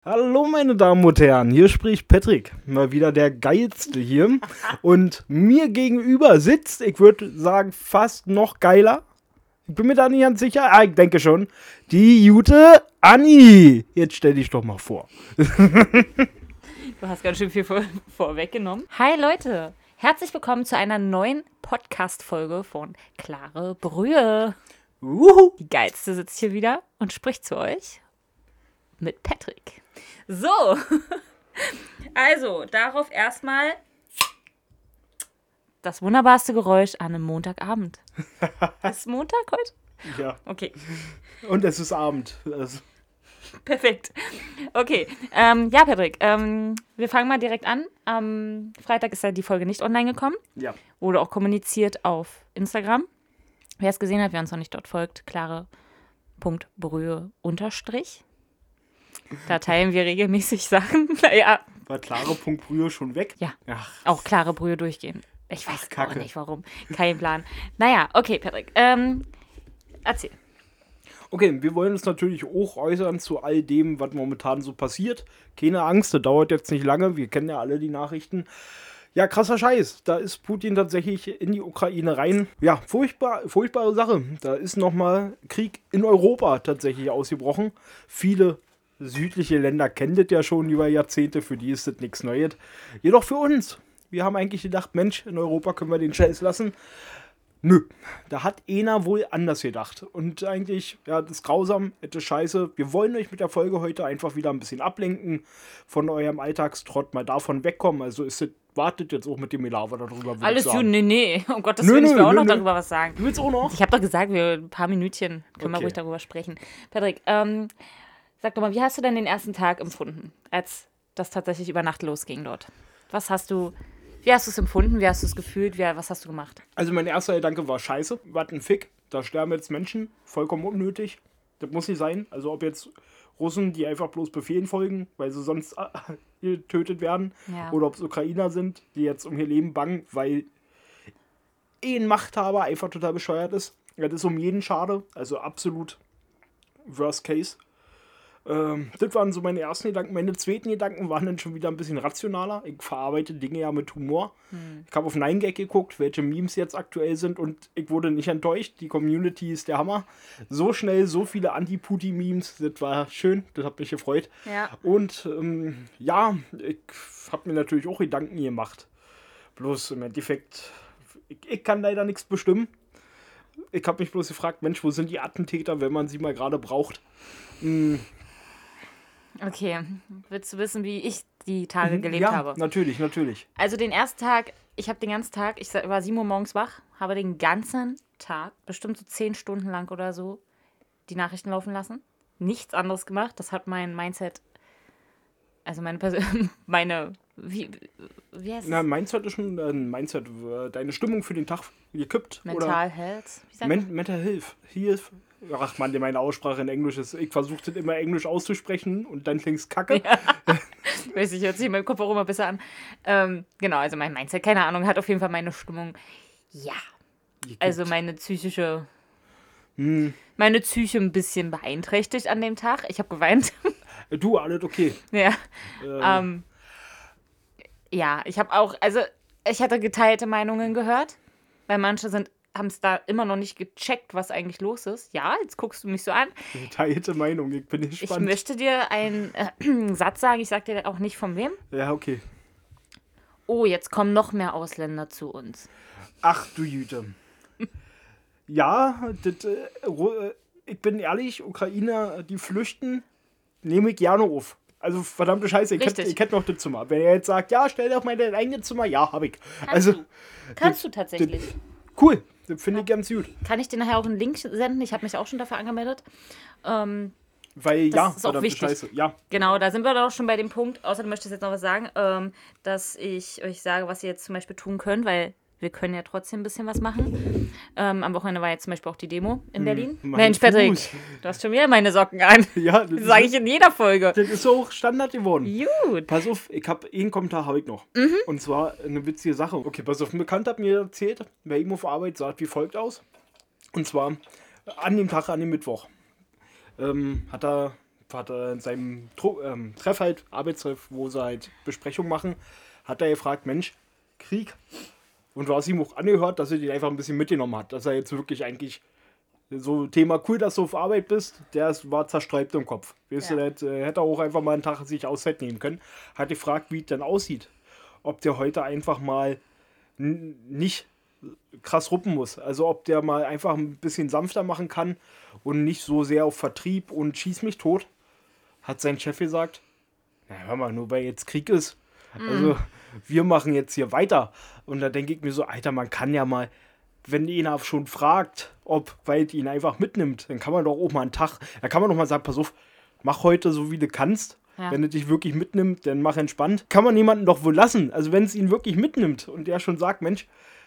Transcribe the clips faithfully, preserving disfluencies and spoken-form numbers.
Hallo meine Damen und Herren, hier spricht Patrick, mal wieder der Geilste hier und mir gegenüber sitzt, ich würde sagen, fast noch geiler, ich bin mir da nicht ganz sicher, ah, ich denke schon, die gute Anni. Jetzt stell dich doch mal vor. Du hast ganz schön viel vor, vorweggenommen. Hi Leute, herzlich willkommen zu einer neuen Podcast-Folge von Klare Brühe. Uhu. Die Geilste sitzt hier wieder und spricht zu euch mit Patrick. So, also darauf erstmal das wunderbarste Geräusch an einem Montagabend. Ist Montag heute? Ja, Okay, und es ist Abend. Also, perfekt. Okay, ähm, ja Patrick, ähm, wir fangen mal direkt an. Am Freitag ist ja die Folge nicht online gekommen. ja, Wurde auch kommuniziert auf Instagram. Wer es gesehen hat, wer uns noch nicht dort folgt, klare.brühe unterstrich. Da teilen wir regelmäßig Sachen. Naja, war klare Punkt Brühe schon weg? Ja. Ach, auch klare Brühe durchgehen. Ich weiß Ach, auch Kacke. nicht, warum. Kein Plan. Naja, okay, Patrick. Ähm, erzähl. okay, wir wollen uns natürlich auch äußern zu all dem, was momentan so passiert. Keine Angst, das dauert jetzt nicht lange, wir kennen ja alle die Nachrichten. Ja, krasser Scheiß. Da ist Putin tatsächlich in die Ukraine rein. Ja, furchtbar, furchtbare Sache. Da ist nochmal Krieg in Europa tatsächlich ausgebrochen. Viele südliche Länder kennen das ja schon über Jahrzehnte. Für die ist das nichts Neues. Jedoch für uns. Wir haben eigentlich gedacht, Mensch, in Europa können wir den Scheiß lassen. Nö, da hat einer wohl anders gedacht. Und eigentlich, ja, das ist grausam, das ist scheiße. Wir wollen euch mit der Folge heute einfach wieder ein bisschen ablenken von eurem Alltagstrott, mal davon wegkommen. Also ist das, wartet jetzt auch mit dem Gelaber darüber. würd ich Alles sagen. gut, nee, nee. Um Gottes Nö, Willen, ich nö, will auch nö, noch nö. darüber was sagen. Du willst auch noch? Ich habe doch gesagt, wir ein paar Minütchen können wir Okay. ruhig darüber sprechen. Patrick, ähm, sag doch mal, wie hast du denn den ersten Tag empfunden, als das tatsächlich über Nacht losging dort? Was hast du, wie hast du es empfunden, wie hast du es gefühlt, wie, was hast du gemacht? Also mein erster Gedanke war scheiße, was ein Fick. Da sterben jetzt Menschen, vollkommen unnötig. Das muss nicht sein. Also ob jetzt Russen, die einfach bloß Befehlen folgen, weil sie sonst äh, getötet werden. Ja. Oder ob es Ukrainer sind, die jetzt um ihr Leben bangen, weil eh ein Machthaber einfach total bescheuert ist. Das ist um jeden schade. Also absolut worst case. Ähm, das waren so meine ersten Gedanken. Meine zweiten Gedanken waren dann schon wieder ein bisschen rationaler. Ich verarbeite Dinge ja mit Humor. Hm. Ich habe auf neun gag geguckt, welche Memes jetzt aktuell sind und ich wurde nicht enttäuscht. Die Community ist der Hammer. So schnell, so viele Anti-Putin-Memes, das war schön, das hat mich gefreut. Ja. Und ähm, ja, ich habe mir natürlich auch Gedanken gemacht. Bloß im Endeffekt, ich, ich kann leider nichts bestimmen. Ich habe mich bloß gefragt, Mensch, wo sind die Attentäter, wenn man sie mal gerade braucht? Hm, Okay, willst du wissen, wie ich die Tage gelebt ja, habe? natürlich, natürlich. Also den ersten Tag, ich habe den ganzen Tag, ich war sieben Uhr morgens wach, habe den ganzen Tag, bestimmt so zehn Stunden lang oder so, die Nachrichten laufen lassen. Nichts anderes gemacht. Das hat mein Mindset, also meine Persön meine, wie, wie heißt es? Na, Mindset ist schon ein Mindset. äh, Deine Stimmung für den Tag gekippt. Mental Health. Wie sagt Oder man? Men Mental Health. Health. Ach man, meine Aussprache in Englisch ist. Ich versuche das immer Englisch auszusprechen und dann klingt's kacke. Weiß ich, hört sich in meinem Kopf auch immer besser an. Ähm, genau, also mein Mindset, keine Ahnung, hat auf jeden Fall meine Stimmung, ja, Gekippt. also meine psychische, Hm. meine Psyche ein bisschen beeinträchtigt an dem Tag. Ich habe geweint. Du, alles okay. Ja. Äh, Ähm, ja, ich habe auch, also ich hatte geteilte Meinungen gehört, weil manche sind haben es da immer noch nicht gecheckt, was eigentlich los ist. Ja, jetzt guckst du mich so an. Geteilte Meinung, ich bin Ich gespannt. möchte dir einen äh, Satz sagen, ich sag dir auch nicht von wem. Ja, okay. Oh, jetzt kommen noch mehr Ausländer zu uns. Ach du Jüte. Ja, das, äh, Ru- äh, ich bin ehrlich, Ukrainer, die flüchten, nehme ich gerne auf. Also verdammte Scheiße, ich hätte Richtig. ich hätt noch das Zimmer. Wenn er jetzt sagt, ja, stell doch mal dein eigenes Zimmer, ja, hab ich. Kannst also, du. Kannst du tatsächlich. Cool, das finde ich ganz gut. Kann ich dir nachher auch einen Link senden? Ich habe mich auch schon dafür angemeldet. Ähm, Weil, Das ja, ist auch verdammte wichtig. Scheiße, ja. genau, da sind wir doch schon bei dem Punkt, außerdem möchte ich jetzt noch was sagen, ähm, dass ich euch sage, was ihr jetzt zum Beispiel tun könnt, weil wir können ja trotzdem ein bisschen was machen. Ähm, am Wochenende war jetzt zum Beispiel auch die Demo in Berlin. mein Mensch, Patrick, Fuß. du hast schon wieder meine Socken an. Ja, Das sage ich in jeder Folge. Das ist so auch Standard geworden. Gut. Pass auf, ich habe einen Kommentar habe ich noch. Mhm. Und zwar eine witzige Sache. Okay, pass auf, ein Bekannter hat mir erzählt, wer ihm auf Arbeit sagt, wie folgt aus. Und zwar an dem Tag, an dem Mittwoch, ähm, hat er hat er in seinem Tru ähm, Treff halt, Arbeitstreff, wo sie halt Besprechung machen, hat er gefragt, Mensch, Krieg. Und du hast ihm auch angehört, dass er den einfach ein bisschen mitgenommen hat. Dass er jetzt wirklich eigentlich so Thema cool, dass du auf Arbeit bist, der ist, war zerstreut im Kopf. Weißt Ja. du, das, äh, hätte er auch einfach mal einen Tag sich Auszeit nehmen können. Hat gefragt, wie es denn aussieht. Ob der heute einfach mal n- nicht krass ruppen muss. Also ob der mal einfach ein bisschen sanfter machen kann und nicht so sehr auf Vertrieb und schieß mich tot. Hat sein Chef gesagt. Na hör mal, nur weil jetzt Krieg ist. Also wir machen jetzt hier weiter. Und da denke ich mir so, Alter, man kann ja mal, wenn einer schon fragt, ob Wald ihn einfach mitnimmt, dann kann man doch auch mal einen Tag, da kann man doch mal sagen, pass auf, mach heute so, wie du kannst. Ja. Wenn es dich wirklich mitnimmt, dann mach entspannt. Kann man jemanden doch wohl lassen. Also wenn es ihn wirklich mitnimmt und der schon sagt, Mensch,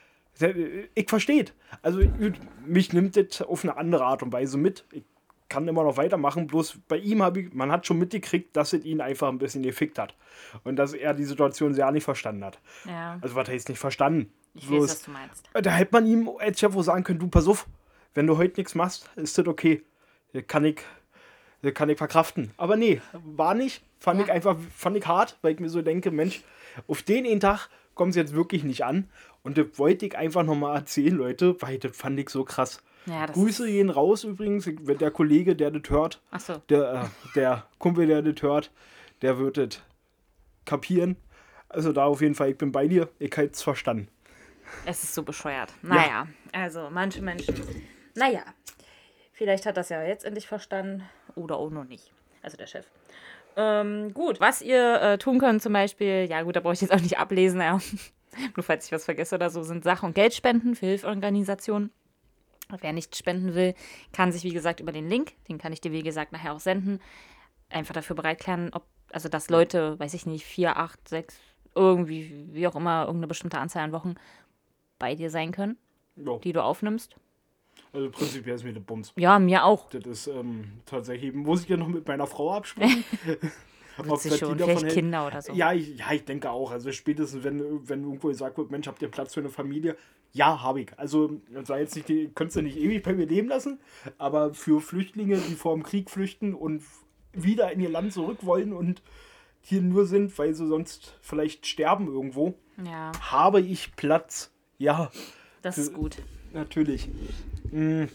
ich verstehe. Also mich nimmt das auf eine andere Art und Weise mit. Ich kann immer noch weitermachen, bloß bei ihm habe ich, man hat schon mitgekriegt, dass es ihn einfach ein bisschen gefickt hat. Und dass er die Situation sehr nicht verstanden hat. Ja, Also was heißt nicht verstanden? ich Bloß, weiß, was du meinst. da hätte man ihm als Chef wohl sagen können, du pass auf, wenn du heute nichts machst, ist das okay. Das kann ich, das kann ich verkraften. Aber nee, war nicht. Fand Ja. ich einfach, fand ich hart, weil ich mir so denke, Mensch, auf den einen Tag kommt es jetzt wirklich nicht an. Und das wollte ich einfach nochmal erzählen, Leute, weil das fand ich so krass. Ja, das Grüße gehen raus übrigens, wenn der Kollege, der das hört, Achso. der, äh, der Kumpel, der das hört, der wird das kapieren. Also da auf jeden Fall, ich bin bei dir, ich hätte es verstanden. Es ist so bescheuert. Naja, also manche Menschen. Naja, vielleicht hat das ja jetzt endlich verstanden oder auch noch nicht. Also der Chef. Ähm, gut, was ihr äh, tun könnt zum Beispiel, ja gut, da brauche ich jetzt auch nicht ablesen, ja. Nur falls ich was vergesse oder so, sind Sach- und Geldspenden für Hilfsorganisationen. Wer nicht spenden will, kann sich, wie gesagt, über den Link, den kann ich dir, wie gesagt, nachher auch senden, einfach dafür bereitklären, ob, also dass Leute, weiß ich nicht, vier, acht, sechs, irgendwie, wie auch immer, irgendeine bestimmte Anzahl an Wochen bei dir sein können, Ja, die du aufnimmst. also prinzipiell ist mir der Bums. Ja, mir auch. Das ist ähm, tatsächlich, muss ich ja noch mit meiner Frau absprechen. Ob Witzig das die schon, davon vielleicht hält. Kinder oder so. Ja, ich, ja, ich denke auch. Also spätestens, wenn, wenn irgendwo gesagt wird, Mensch, habt ihr Platz für eine Familie? Ja, habe ich. Also, das war jetzt nicht, die könntest du nicht ewig bei mir leben lassen, aber für Flüchtlinge, die vor dem Krieg flüchten und wieder in ihr Land zurück wollen und hier nur sind, weil sie sonst vielleicht sterben irgendwo, Ja, habe ich Platz. Ja, das ist gut. natürlich. Mhm.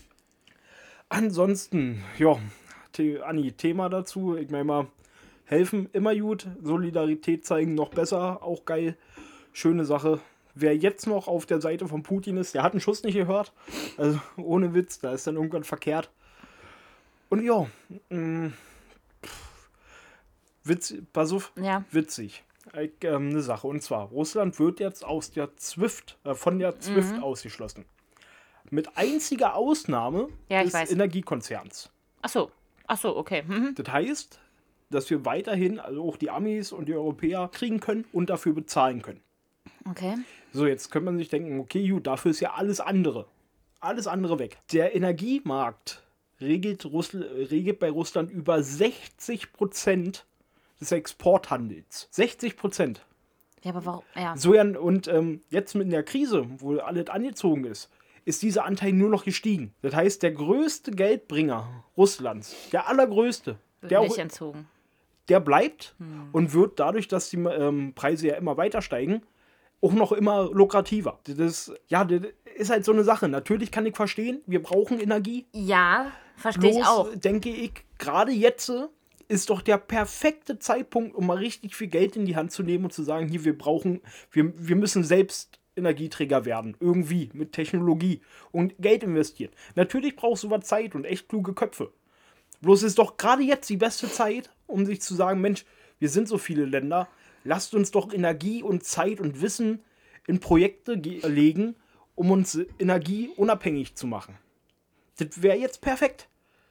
Ansonsten, ja, The Anni, Thema dazu. Ich meine mal, helfen immer gut, Solidarität zeigen noch besser, auch geil. Schöne Sache. Wer jetzt noch auf der Seite von Putin ist, der hat einen Schuss nicht gehört. Also ohne Witz, da ist dann irgendwann verkehrt. Und ja, mh, pff, Witz, pass auf, Ja, witzig. Ich, ähm, eine Sache. Und zwar, Russland wird jetzt aus der SWIFT, äh, von der SWIFT Mhm. ausgeschlossen. Mit einziger Ausnahme Ja, ich des weiß. Energiekonzerns. achso, achso, okay. Mhm. Das heißt, dass wir weiterhin, also auch die Amis und die Europäer, kriegen können und dafür bezahlen können. Okay. So, jetzt könnte man sich denken, okay, gut, dafür ist ja alles andere. Alles andere weg. Der Energiemarkt regelt, Russl regelt bei Russland über sechzig Prozent des Exporthandels. sechzig Prozent. Ja, aber warum? Ja. So, ja, und ähm, jetzt mit der Krise, wo alles angezogen ist, ist dieser Anteil nur noch gestiegen. Das heißt, der größte Geldbringer Russlands, der allergrößte, Wird der, auch, nicht entzogen. der bleibt und wird dadurch, dass die ähm, Preise ja immer weiter steigen, auch noch immer lukrativer. Das, ja, das ist halt so eine Sache. Natürlich kann ich verstehen, wir brauchen Energie. Ja, verstehe ich Bloß auch. denke ich, gerade jetzt ist doch der perfekte Zeitpunkt, um mal richtig viel Geld in die Hand zu nehmen und zu sagen, hier, wir brauchen, wir, wir müssen selbst Energieträger werden. Irgendwie, mit Technologie und Geld investieren. Natürlich brauchst du was Zeit und echt kluge Köpfe. Bloß ist doch gerade jetzt die beste Zeit, um sich zu sagen, Mensch, wir sind so viele Länder, lasst uns doch Energie und Zeit und Wissen in Projekte legen, um uns energieunabhängig zu machen. Das wäre jetzt perfekt.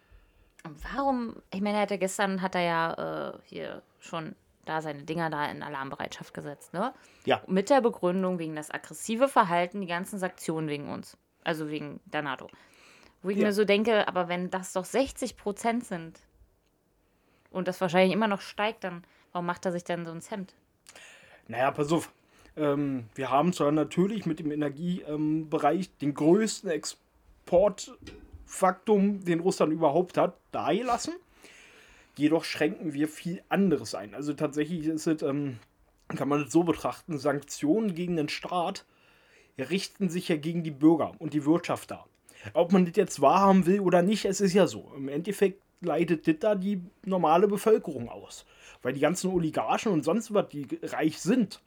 Warum? Ich meine, er hatte gestern hat er ja äh, hier schon da seine Dinger da in Alarmbereitschaft gesetzt, ne? Ja. Mit der Begründung wegen das aggressive Verhalten, die ganzen Sanktionen wegen uns. Also wegen der NATO. Wo ich Ja. mir so denke, aber wenn das doch sechzig Prozent sind und das wahrscheinlich immer noch steigt, dann warum macht er sich dann so ins Hemd? Naja, pass auf. Ähm, wir haben zwar natürlich mit dem Energiebereich den größten Exportfaktum, den Russland überhaupt hat, da gelassen. Jedoch schränken wir viel anderes ein. Also tatsächlich ist es, ähm, kann man es so betrachten, Sanktionen gegen den Staat richten sich ja gegen die Bürger und die Wirtschaft da. Ob man das jetzt wahrhaben will oder nicht, es ist ja so. Im Endeffekt leitet das da die normale Bevölkerung aus. Weil die ganzen Oligarchen und sonst was, die reich sind,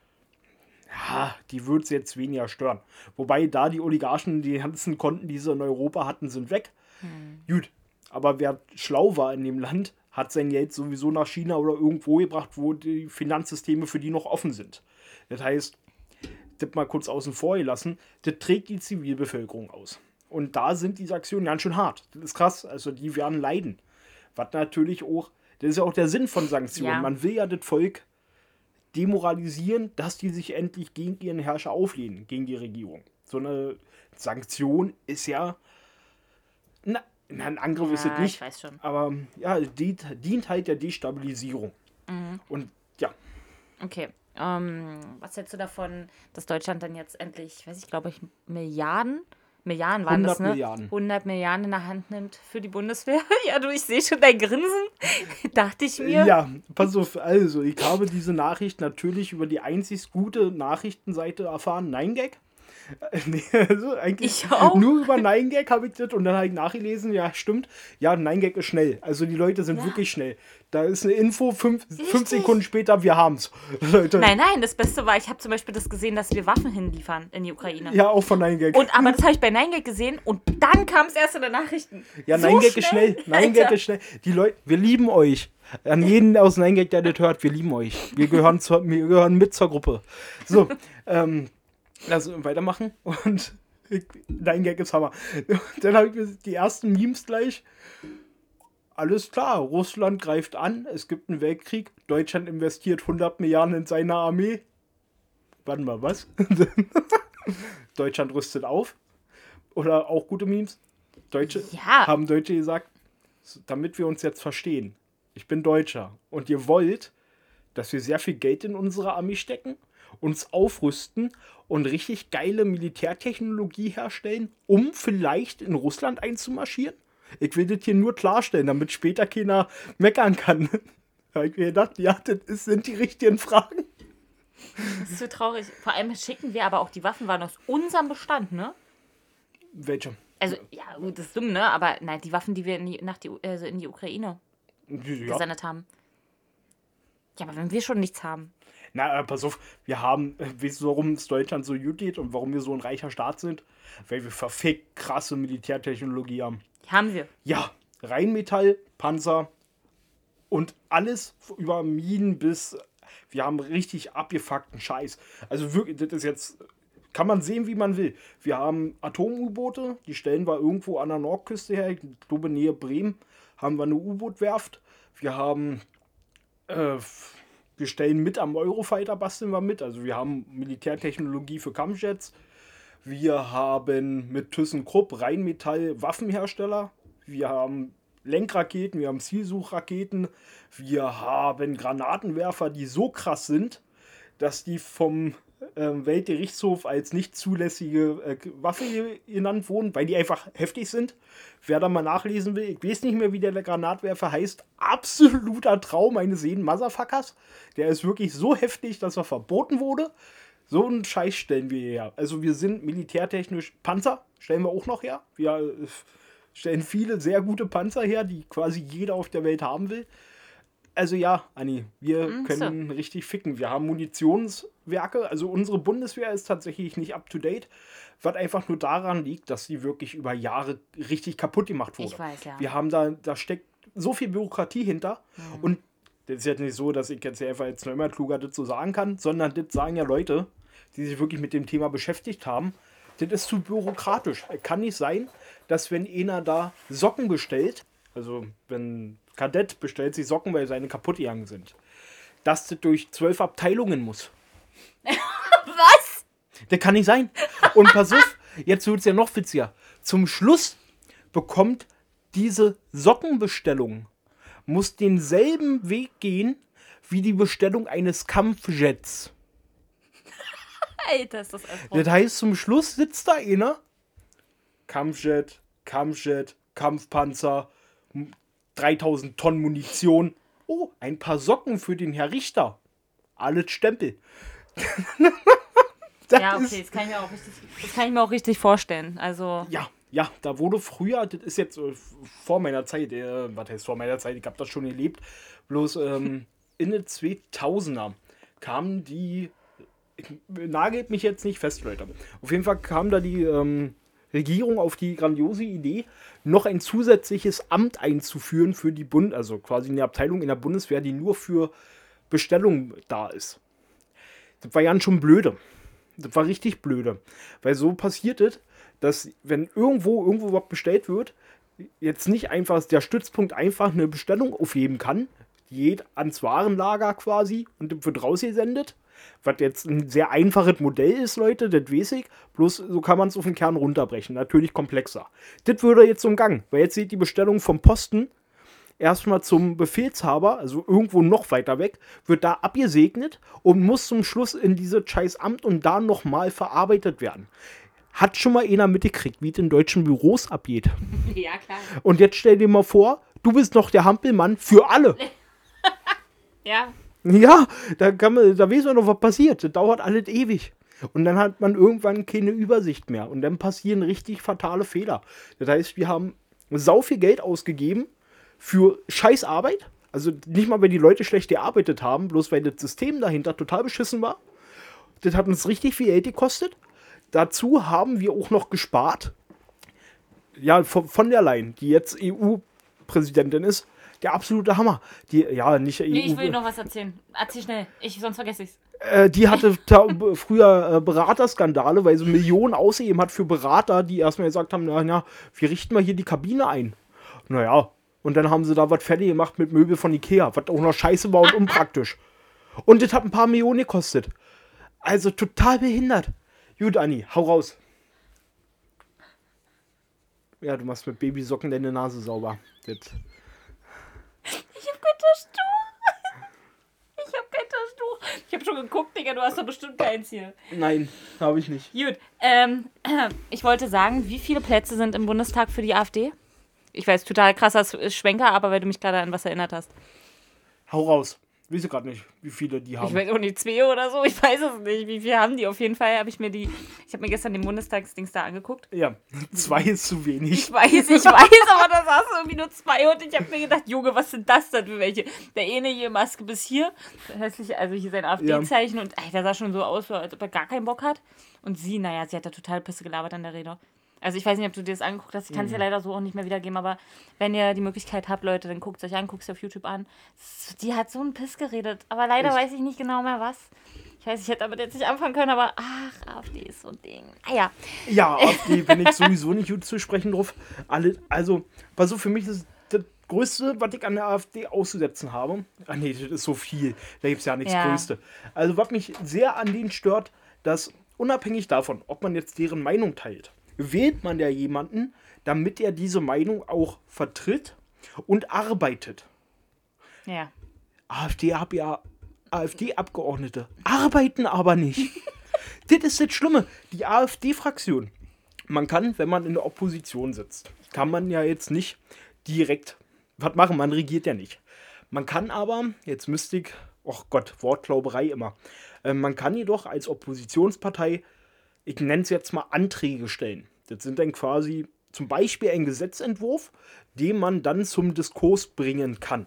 ja, die würde es jetzt weniger stören. Wobei da die Oligarchen, die ganzen Konten, die sie in Europa hatten, sind weg. Hm. Gut, aber wer schlau war in dem Land, hat sein Geld sowieso nach China oder irgendwo gebracht, wo die Finanzsysteme für die noch offen sind. Das heißt, das mal kurz außen vor gelassen, das trägt die Zivilbevölkerung aus. Und da sind diese Aktionen ganz schön hart. Das ist krass, also die werden leiden. Was natürlich auch, das ist ja auch der Sinn von Sanktionen. Ja. Man will ja das Volk demoralisieren, dass die sich endlich gegen ihren Herrscher auflehnen, gegen die Regierung. So eine Sanktion ist ja, na, ein Angriff ja, ist es nicht, ich weiß schon. Aber ja, dient, dient halt der Destabilisierung. Mhm. Und ja. Okay, ähm, was hältst du davon, dass Deutschland dann jetzt endlich, weiß ich, glaube ich, Milliarden, Milliarden waren das, ne? Milliarden. hundert Milliarden in der Hand nimmt für die Bundeswehr? Ja, du, ich sehe schon dein Grinsen, dachte ich mir. Ja, pass auf, also, ich habe diese Nachricht natürlich über die einzig gute Nachrichtenseite erfahren, nein Gag. Nee, also eigentlich ich auch. Nur über nein Gag habe ich das und dann habe ich nachgelesen, ja, stimmt. Ja, nein Gag ist schnell. Also die Leute sind ja. wirklich schnell. Da ist eine Info, fünf, fünf Sekunden später, wir haben's. Leute. Nein, nein, das Beste war, ich habe zum Beispiel das gesehen, dass wir Waffen hinliefern in die Ukraine. Ja, auch von nein Gag. Und, aber das habe ich bei nein Gag gesehen und dann kam es erst in den Nachrichten. Ja, so nein Gag ist schnell. nein Gag ist schnell. Die Leute, wir lieben euch. An jeden aus nein Gag, der das hört, wir lieben euch. Wir gehören, zur, wir gehören mit zur Gruppe. So, ähm, lass uns weitermachen und nein Gag ist Hammer. Dann habe ich mir die ersten Memes gleich. Alles klar, Russland greift an, es gibt einen Weltkrieg, Deutschland investiert hundert Milliarden in seine Armee. Warte mal, was? Deutschland rüstet auf. Oder auch gute Memes. Deutsche ja. haben Deutsche gesagt, damit wir uns jetzt verstehen. Ich bin Deutscher und ihr wollt, dass wir sehr viel Geld in unsere Armee stecken, uns aufrüsten und richtig geile Militärtechnologie herstellen, um vielleicht in Russland einzumarschieren? Ich will das hier nur klarstellen, damit später keiner meckern kann. Da habe ich mir gedacht, ja, das ist, sind die richtigen Fragen. Das ist so traurig. Vor allem schicken wir aber auch die Waffen waren aus unserem Bestand, ne? Welche? Also, ja, gut, das ist dumm, ne? Aber nein, die Waffen, die wir in die, nach die, also in die Ukraine ja. gesendet haben. Ja, aber wenn wir schon nichts haben. Na, pass auf, wir haben, weißt du, warum es Deutschland so gut geht und warum wir so ein reicher Staat sind? Weil wir verfickt krasse Militärtechnologie haben. Die haben wir. Ja, Rheinmetall, Panzer und alles über Minen bis, wir haben richtig abgefuckten Scheiß. Also wirklich, das ist jetzt, kann man sehen, wie man will. Wir haben Atom-U-Boote, die stellen wir irgendwo an der Nordküste her, ich glaube Nähe Bremen, haben wir eine U-Boot-Werft. Wir haben, äh, wir stellen mit am Eurofighter, basteln wir mit. Also wir haben Militärtechnologie für Kampfjets. Wir haben mit ThyssenKrupp Rheinmetall Waffenhersteller. Wir haben Lenkraketen, wir haben Zielsuchraketen. Wir haben Granatenwerfer, die so krass sind, dass die vom äh, Weltgerichtshof als nicht zulässige äh, Waffe genannt wurden, weil die einfach heftig sind. Wer da mal nachlesen will, ich weiß nicht mehr, wie der Granatwerfer heißt. Absoluter Traum eines jeden Motherfuckers. Der ist wirklich so heftig, dass er verboten wurde. So einen Scheiß stellen wir her. Also wir sind militärtechnisch, Panzer stellen wir auch noch her. Wir äh, stellen viele sehr gute Panzer her, die quasi jeder auf der Welt haben will. Also ja, Anni, wir mhm, können so. richtig ficken. Wir haben Munitionswerke. Also unsere Bundeswehr ist tatsächlich nicht up to date. Was einfach nur daran liegt, dass sie wirklich über Jahre richtig kaputt gemacht wurde. Ich weiß, ja. Wir haben da, da steckt so viel Bürokratie hinter. Mhm. Und das ist jetzt nicht so, dass ich jetzt einfach als Neumann-Kluger das so sagen kann, sondern das sagen ja Leute, die sich wirklich mit dem Thema beschäftigt haben. Das ist zu bürokratisch. Es kann nicht sein, dass wenn einer da Socken bestellt, also wenn Kadett bestellt sich Socken, weil seine kaputt gegangen sind, dass das durch zwölf Abteilungen muss. Was? Das kann nicht sein. Und pass auf, jetzt wird es ja noch witziger. Zum Schluss bekommt diese Sockenbestellung, muss denselben Weg gehen wie die Bestellung eines Kampfjets. Alter, ist das einfach. Das heißt, zum Schluss sitzt da einer, Kampfjet, Kampfjet, Kampfpanzer, dreitausend Tonnen Munition. Oh, ein paar Socken für den Herr Richter. Alles Stempel. Ja, okay, das kann, ich mir auch richtig, das kann ich mir auch richtig vorstellen. Also Ja, ja, da wurde früher, das ist jetzt äh, vor meiner Zeit, äh, was heißt vor meiner Zeit, ich habe das schon erlebt, bloß ähm, in den zweitausender kamen die, nagelt mich jetzt nicht fest, Leute, auf jeden Fall kam da die ähm, Regierung auf die grandiose Idee, noch ein zusätzliches Amt einzuführen für die Bund, also quasi eine Abteilung in der Bundeswehr, die nur für Bestellungen da ist. Das war ja schon blöde. Das war richtig blöde. Weil so passiert es, dass wenn irgendwo irgendwo was bestellt wird, jetzt nicht einfach der Stützpunkt einfach eine Bestellung aufheben kann, die geht ans Warenlager quasi und das wird rausgesendet, was jetzt ein sehr einfaches Modell ist, Leute, das weiß ich, bloß so kann man es auf den Kern runterbrechen, natürlich komplexer. Das würde jetzt umgangen, weil jetzt sieht die Bestellung vom Posten erstmal zum Befehlshaber, also irgendwo noch weiter weg, wird da abgesegnet und muss zum Schluss in dieses scheiß Amt und da nochmal verarbeitet werden. Hat schon mal einer mitgekriegt, wie es in deutschen Büros abgeht. Ja, klar. Und jetzt stell dir mal vor, du bist noch der Hampelmann für alle. Ja. Ja, da, kann man, da weiß man noch, was passiert. Das dauert alles ewig. Und dann hat man irgendwann keine Übersicht mehr. Und dann passieren richtig fatale Fehler. Das heißt, wir haben sau viel Geld ausgegeben für Scheißarbeit. Also nicht mal, weil die Leute schlecht gearbeitet haben, bloß weil das System dahinter total beschissen war. Das hat uns richtig viel Geld gekostet. Dazu haben wir auch noch gespart. Ja, von, von der Leyen, die jetzt E U-Präsidentin ist. Der absolute Hammer. Die, ja, nicht E U. Nee, ich will noch was erzählen. Erzähl schnell. Ich, sonst vergesse ich's. Äh, die hatte ta- früher äh, Beraterskandale, weil sie Millionen ausgegeben hat für Berater, die erstmal gesagt haben, na, na, wir richten mal hier die Kabine ein. Naja, und dann haben sie da was fertig gemacht mit Möbel von Ikea, was auch noch scheiße war und unpraktisch. Und das hat ein paar Millionen gekostet. Also total behindert. Gut, Anni, hau raus. Ja, du machst mit Babysocken deine Nase sauber. Das. Ich hab kein Taschentuch. Ich hab kein Taschentuch. Ich hab schon geguckt, Digga, du hast doch bestimmt keins hier. Nein, habe ich nicht. Gut, ähm, ich wollte sagen, wie viele Plätze sind im Bundestag für die AfD? Ich weiß, total krasser Schwenker, aber weil du mich gerade an was erinnert hast. Hau raus. Weiß ich gerade nicht, wie viele die haben. Ich weiß auch nicht, zwei oder so, ich weiß es nicht. Wie viele haben die? Auf jeden Fall habe ich mir die, ich habe mir gestern den Bundestagsdings da angeguckt. Ja, zwei ist zu wenig. Ich weiß, ich weiß, aber da saßen irgendwie nur zwei und ich habe mir gedacht, Junge, was sind das denn für welche? Der eine hier, Maske bis hier, hässlich, also hier sein AfD-Zeichen ja. Und ey, der sah schon so aus, als ob er gar keinen Bock hat. Und sie, naja, sie hat da total Pisse gelabert an der Rede. Also ich weiß nicht, ob du dir das angeguckt hast, ich kann es ja leider so auch nicht mehr wiedergeben, aber wenn ihr die Möglichkeit habt, Leute, dann guckt es euch an, guckt es auf YouTube an. Die hat so einen Piss geredet, aber leider Echt? weiß ich nicht genau mehr was. Ich weiß, ich hätte damit jetzt nicht anfangen können, aber ach, AfD ist so ein Ding. Ah ja. Ja, AfD bin ich sowieso nicht gut zu sprechen drauf. Alle, also, also für mich ist das Größte, was ich an der AfD auszusetzen habe, ah nee, das ist so viel, da gibt es ja nichts ja. Größte. Also was mich sehr an denen stört, dass unabhängig davon, ob man jetzt deren Meinung teilt, wählt man ja jemanden, damit er diese Meinung auch vertritt und arbeitet. Ja. AfD hab ja AfD-Abgeordnete arbeiten aber nicht. Das ist das Schlimme. Die AfD-Fraktion. Man kann, wenn man in der Opposition sitzt, kann man ja jetzt nicht direkt was machen. Man regiert ja nicht. Man kann aber, jetzt müsste ich, oh Gott, Wortklauberei immer, äh, man kann jedoch als Oppositionspartei, ich nenne es jetzt mal Anträge stellen. Das sind dann quasi zum Beispiel ein Gesetzentwurf, den man dann zum Diskurs bringen kann.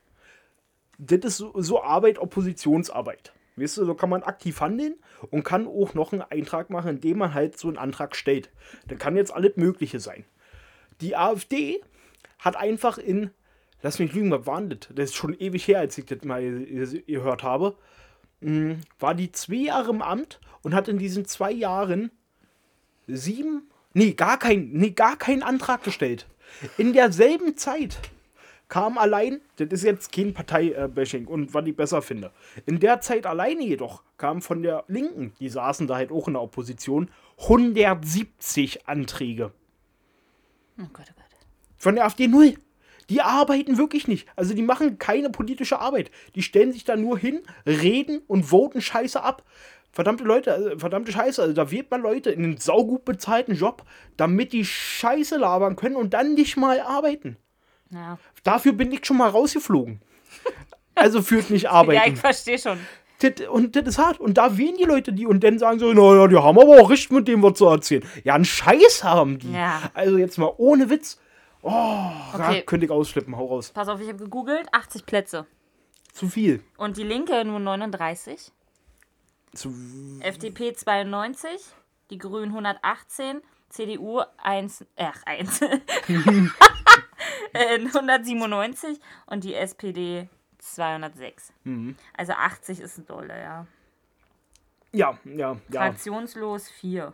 Das ist so, so Arbeit, Oppositionsarbeit. Weißt du, so kann man aktiv handeln und kann auch noch einen Eintrag machen, indem man halt so einen Antrag stellt. Das kann jetzt alles Mögliche sein. Die AfD hat einfach in, lass mich lügen, was war das? Das ist schon ewig her, als ich das mal gehört habe. War die zwei Jahre im Amt und hat in diesen zwei Jahren sieben, nee, gar kein, nee, gar keinen Antrag gestellt. In derselben Zeit kam allein, das ist jetzt kein Partei-Bashing und was ich besser finde, in der Zeit alleine jedoch kam von der Linken, die saßen da halt auch in der Opposition, hundertsiebzig Anträge. Oh Gott, oh Gott. Von der AfD null. Die arbeiten wirklich nicht. Also die machen keine politische Arbeit. Die stellen sich da nur hin, reden und voten Scheiße ab. Verdammte Leute, also verdammte Scheiße. Also da wählt man Leute in einen saugut bezahlten Job, damit die Scheiße labern können und dann nicht mal arbeiten. Ja. Dafür bin ich schon mal rausgeflogen. Also führt nicht arbeiten. Ja, ich verstehe schon. Das, und das ist hart. Und da wählen die Leute die und dann sagen so, naja, die haben aber auch recht mit dem, was zu erzählen. Ja, einen Scheiß haben die. Ja. Also jetzt mal ohne Witz. Oh, Okay. ja, könnte ich ausflippen, hau raus. Pass auf, ich habe gegoogelt, achtzig Plätze. Zu viel. Und die Linke nur neununddreißig. Zu, F D P zweiundneunzig. Die Grünen hundertachtzehn. C D U eins. Ach, eins. äh, hundertsiebenundneunzig. Und die S P D zweihundertsechs. Mhm. Also achtzig ist ein Dolle, ja. ja, ja, ja. Fraktionslos vier.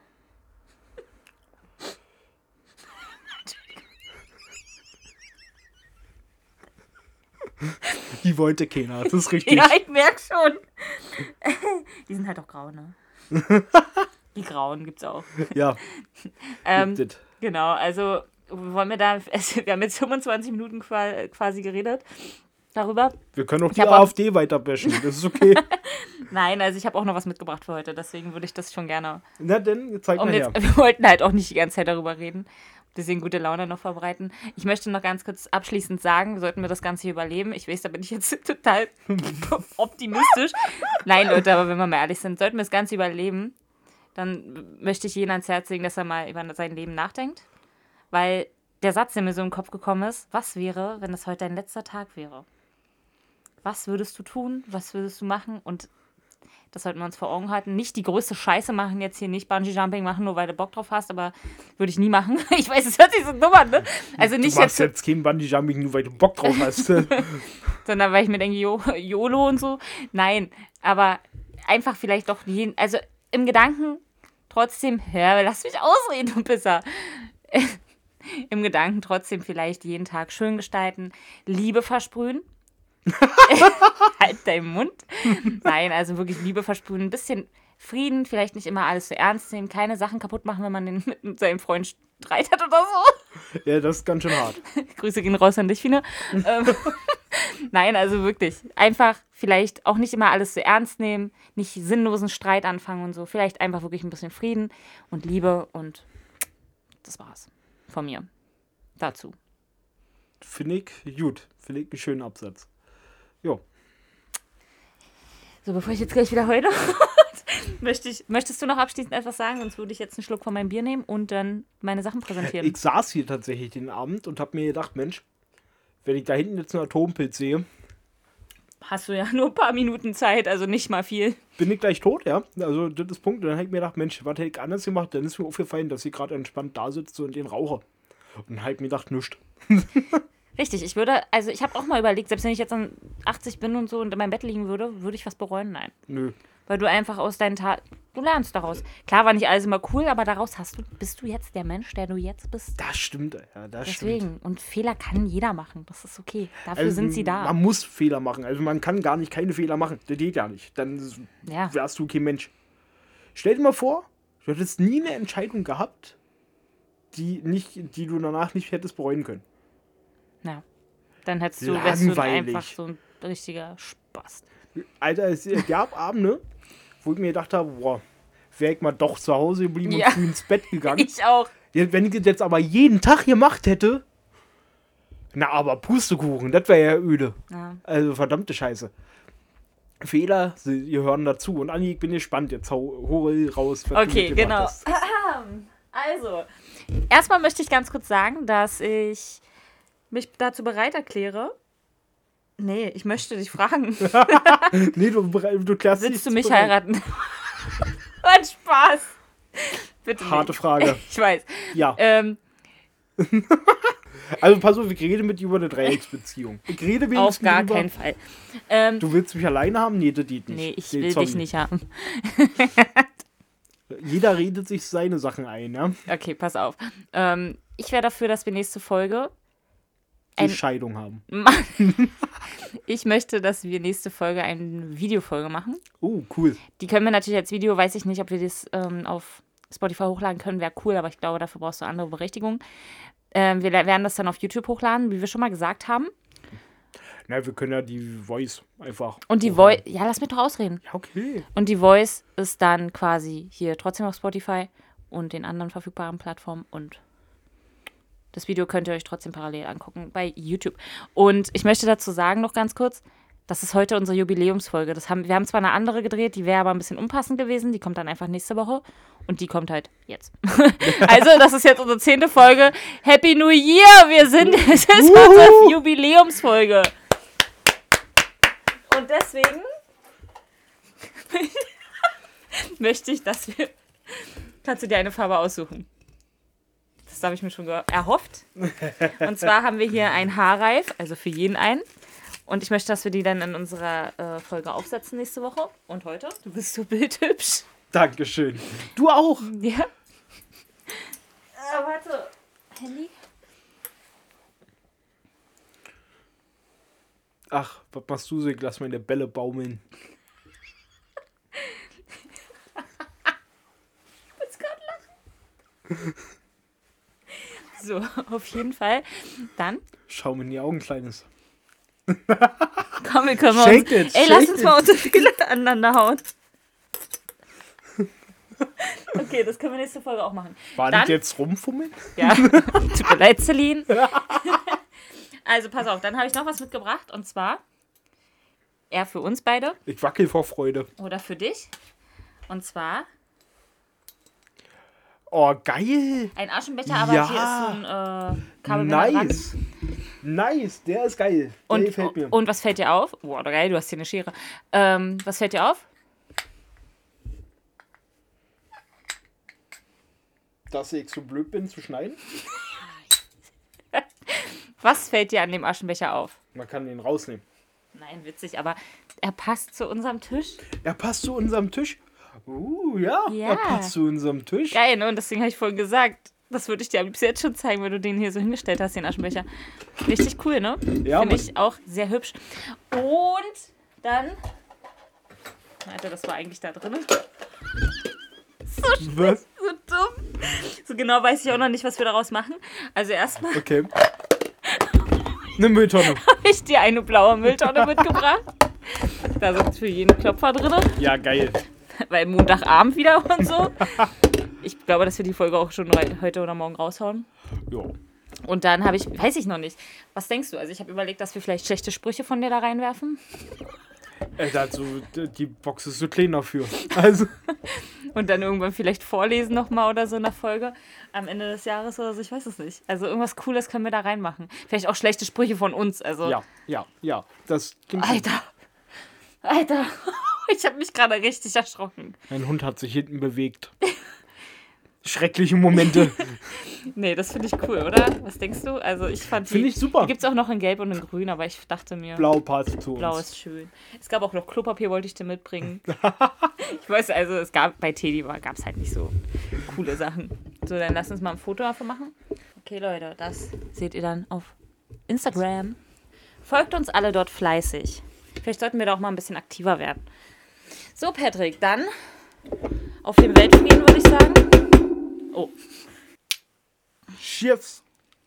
Die wollte keiner, das ist richtig. Ja, ich merke schon. Die sind halt auch grau, ne? Die Grauen gibt's auch. Ja, Ähm, gibt it. genau, also wollen wir da, wir haben jetzt fünfundzwanzig Minuten qua- quasi geredet darüber. Wir können auch die hab auch- AfD weiter bashen, das ist okay. Nein, also ich habe auch noch was mitgebracht für heute, deswegen würde ich das schon gerne. Na denn, zeig Um mal her. jetzt, wir wollten halt auch nicht die ganze Zeit darüber reden, deswegen gute Laune noch verbreiten. Ich möchte noch ganz kurz abschließend sagen, sollten wir das Ganze hier überleben. Ich weiß, da bin ich jetzt total optimistisch. Nein, Leute, aber wenn wir mal ehrlich sind, sollten wir das Ganze überleben, dann möchte ich jeden ans Herz legen, dass er mal über sein Leben nachdenkt. Weil der Satz, der mir so im Kopf gekommen ist, was wäre, wenn das heute dein letzter Tag wäre? Was würdest du tun? Was würdest du machen? Und das sollten wir uns vor Augen halten. Nicht die größte Scheiße machen, jetzt hier nicht Bungee-Jumping machen, nur weil du Bock drauf hast, aber würde ich nie machen. Ich weiß, es hört sich so dumm an, ne? Also nicht Du machst jetzt, jetzt kein Bungee-Jumping, nur weil du Bock drauf hast. sondern weil ich mir denke, Jo- YOLO und so. Nein, aber einfach vielleicht doch jeden, also im Gedanken trotzdem, ja, lass mich ausreden, du Pisser. Im Gedanken trotzdem vielleicht jeden Tag schön gestalten, Liebe versprühen. Halt deinen Mund. Nein, also wirklich Liebe versprühen, ein bisschen Frieden, vielleicht nicht immer alles so ernst nehmen, keine Sachen kaputt machen, wenn man den mit, mit seinem Freund Streit hat oder so. Ja, das ist ganz schön hart. Grüße gehen raus an dich, Fine. ähm, Nein, also wirklich. Einfach vielleicht auch nicht immer alles so ernst nehmen, nicht sinnlosen Streit anfangen und so. Vielleicht einfach wirklich ein bisschen Frieden und Liebe und das war's von mir dazu. Finde ich gut. Finde ich einen schönen Absatz. Jo. So, bevor ich jetzt gleich wieder heule, möchte ich, möchtest du noch abschließend etwas sagen? Sonst würde ich jetzt einen Schluck von meinem Bier nehmen und dann meine Sachen präsentieren. Ich saß hier tatsächlich den Abend und habe mir gedacht, Mensch, wenn ich da hinten jetzt einen Atompilz sehe, Hast du ja nur ein paar Minuten Zeit, also nicht mal viel. bin ich gleich tot, ja. Also das ist Punkt. Und dann habe ich mir gedacht, Mensch, was hätte ich anders gemacht? Dann ist mir aufgefallen, dass ich gerade entspannt da sitze und den rauche. Und dann habe ich mir gedacht, nichts. Richtig, ich würde, also ich habe auch mal überlegt, selbst wenn ich jetzt an achtzig bin und so und in meinem Bett liegen würde, würde ich was bereuen? Nein. Nö. Weil du einfach aus deinen Taten, du lernst daraus. Klar war nicht alles immer cool, aber daraus hast du, bist du jetzt der Mensch, der du jetzt bist. Das stimmt, ja, das stimmt. Deswegen. Und Fehler kann jeder machen. Das ist okay. Dafür Also, sind sie da. Man muss Fehler machen. Also man kann gar nicht keine Fehler machen. Das geht gar nicht. Dann Ja. wärst du kein Mensch. Stell dir mal vor, du hättest nie eine Entscheidung gehabt, die, nicht, die du danach nicht hättest bereuen können. Ja. Dann hättest du, wärst du Langweilig. einfach so ein richtiger Spaß. Alter, es gab Abende, wo ich mir gedacht habe, boah, wäre ich mal doch zu Hause geblieben Ja. und früh ins Bett gegangen. Ich auch. Ja, wenn ich das jetzt aber jeden Tag gemacht hätte, na, aber Pustekuchen, das wäre ja öde. Ja. Also verdammte Scheiße. Fehler, sie gehören dazu. Und Anni, ich bin gespannt. Jetzt hau, hol raus. Was du Okay, mitgebracht genau. hast. Also, erstmal möchte ich ganz kurz sagen, dass ich mich dazu bereit erkläre. Nee, ich möchte dich fragen. Nee, du, du klärst Willst du nichts mich bereit. heiraten? Ein Spaß. Bitte Harte nicht. Frage. Ich weiß. Ja. Ähm, Also pass auf, ich rede mit dir über eine Dreiecksbeziehung. Ich rede auf wenigstens gar drüber. keinen Fall. Ähm, Du willst mich alleine haben? Nee, das geht nicht. nee, ich Nee, will sorry. dich nicht haben. Jeder redet sich seine Sachen ein, ja? Okay, pass auf. Ähm, ich wäre dafür, dass wir nächste Folge. Die Ein- Scheidung haben. Ich möchte, dass wir nächste Folge eine Videofolge machen. Oh, cool. Die können wir natürlich als Video, weiß ich nicht, ob wir das ähm, auf Spotify hochladen können, wäre cool, aber ich glaube, dafür brauchst du andere Berechtigungen. Ähm, wir werden das dann auf YouTube hochladen, wie wir schon mal gesagt haben. Na, wir können ja die Voice einfach. Und die hochladen. Voice, ja, lass mich doch ausreden. Ja, okay. Und die Voice ist dann quasi hier trotzdem auf Spotify und den anderen verfügbaren Plattformen und Das Video könnt ihr euch trotzdem parallel angucken bei YouTube. Und ich möchte dazu sagen, noch ganz kurz, das ist heute unsere Jubiläumsfolge. Das haben, wir haben zwar eine andere gedreht, die wäre aber ein bisschen unpassend gewesen. Die kommt dann einfach nächste Woche. Und die kommt halt jetzt. Also, das ist jetzt unsere zehnte Folge. Happy New Year! Wir sind, es ist unsere Jubiläumsfolge. Und deswegen möchte ich, dass wir... Kannst du dir eine Farbe aussuchen? Das habe ich mir schon erhofft. Und zwar haben wir hier ein Haarreif, also für jeden einen. Und ich möchte, dass wir die dann in unserer äh, Folge aufsetzen nächste Woche. Und heute? Du bist so bildhübsch. Dankeschön. Du auch. Ja. Äh, warte. Handy? Ach, was machst du so? Lass meine Bälle baumeln. Ich muss gerade lachen. So, auf jeden Fall. Dann. Schau mir in die Augen, Kleines. Komm, wir können mal uns, it, ey, lass uns mal unsere Fühle aneinander hauen. Okay, das können wir nächste Folge auch machen. War Dann, das jetzt rumfummeln? Ja, tut mir leid, Celine. Also, pass auf, dann habe ich noch was mitgebracht. Und zwar, eher für uns beide. Ich wackel vor Freude. Oder für dich. Und zwar... Oh, geil. Ein Aschenbecher, aber Ja. hier ist so ein äh, Kabel mit einer Rand. Nice. Nice, der ist geil. Der Und, gefällt mir. und was fällt dir auf? Boah, geil, du hast hier eine Schere. Ähm, was fällt dir auf? Dass ich so blöd bin zu schneiden? Was fällt dir an dem Aschenbecher auf? Man kann den rausnehmen. Nein, witzig, aber er passt zu unserem Tisch. Er passt zu unserem Tisch. Uh, ja, Ja. er passt zu unserem Tisch. Geil, ne? Und deswegen habe ich vorhin gesagt, das würde ich dir am liebsten jetzt schon zeigen, wenn du den hier so hingestellt hast, den Aschenbecher. Richtig cool, ne? Ja, Finde Mann. ich auch sehr hübsch. Und dann... Alter, das war eigentlich da drin. Was? So dumm. So genau weiß ich auch noch nicht, was wir daraus machen. Also erstmal Okay. Eine Mülltonne. habe ich dir eine blaue Mülltonne mitgebracht. Da sind für jeden Klopfer drin. Ja, geil. Weil Montagabend wieder und so. Ich glaube, dass wir die Folge auch schon heute oder morgen raushauen. Ja. Und dann habe ich, weiß ich noch nicht. Was denkst du? Also ich habe überlegt, dass wir vielleicht schlechte Sprüche von dir da reinwerfen. Äh, dazu, die Box ist so klein dafür. Also. Und dann irgendwann vielleicht vorlesen nochmal oder so in der Folge. Am Ende des Jahres oder so, ich weiß es nicht. Also irgendwas Cooles können wir da reinmachen. Vielleicht auch schlechte Sprüche von uns. Also. Ja, ja, ja. Das klingt gut. Alter. Alter. Ich habe mich gerade richtig erschrocken. Mein Hund hat sich hinten bewegt. Schreckliche Momente. Nee, das finde ich cool, oder? Was denkst du? Also ich fand die... Finde ich super. Die gibt es auch noch in Gelb und in Grün, aber ich dachte mir... Blau passt zu uns. Blau ist schön. Es gab auch noch Klopapier, wollte ich dir mitbringen. Ich weiß, also es gab bei Teddy gab es halt nicht so coole Sachen. So, dann lass uns mal ein Foto davon machen. Okay, Leute, das seht ihr dann auf Instagram. Folgt uns alle dort fleißig. Vielleicht sollten wir da auch mal ein bisschen aktiver werden. So, Patrick, dann auf den Weltfrieden, würde ich sagen. Oh. Schiffs.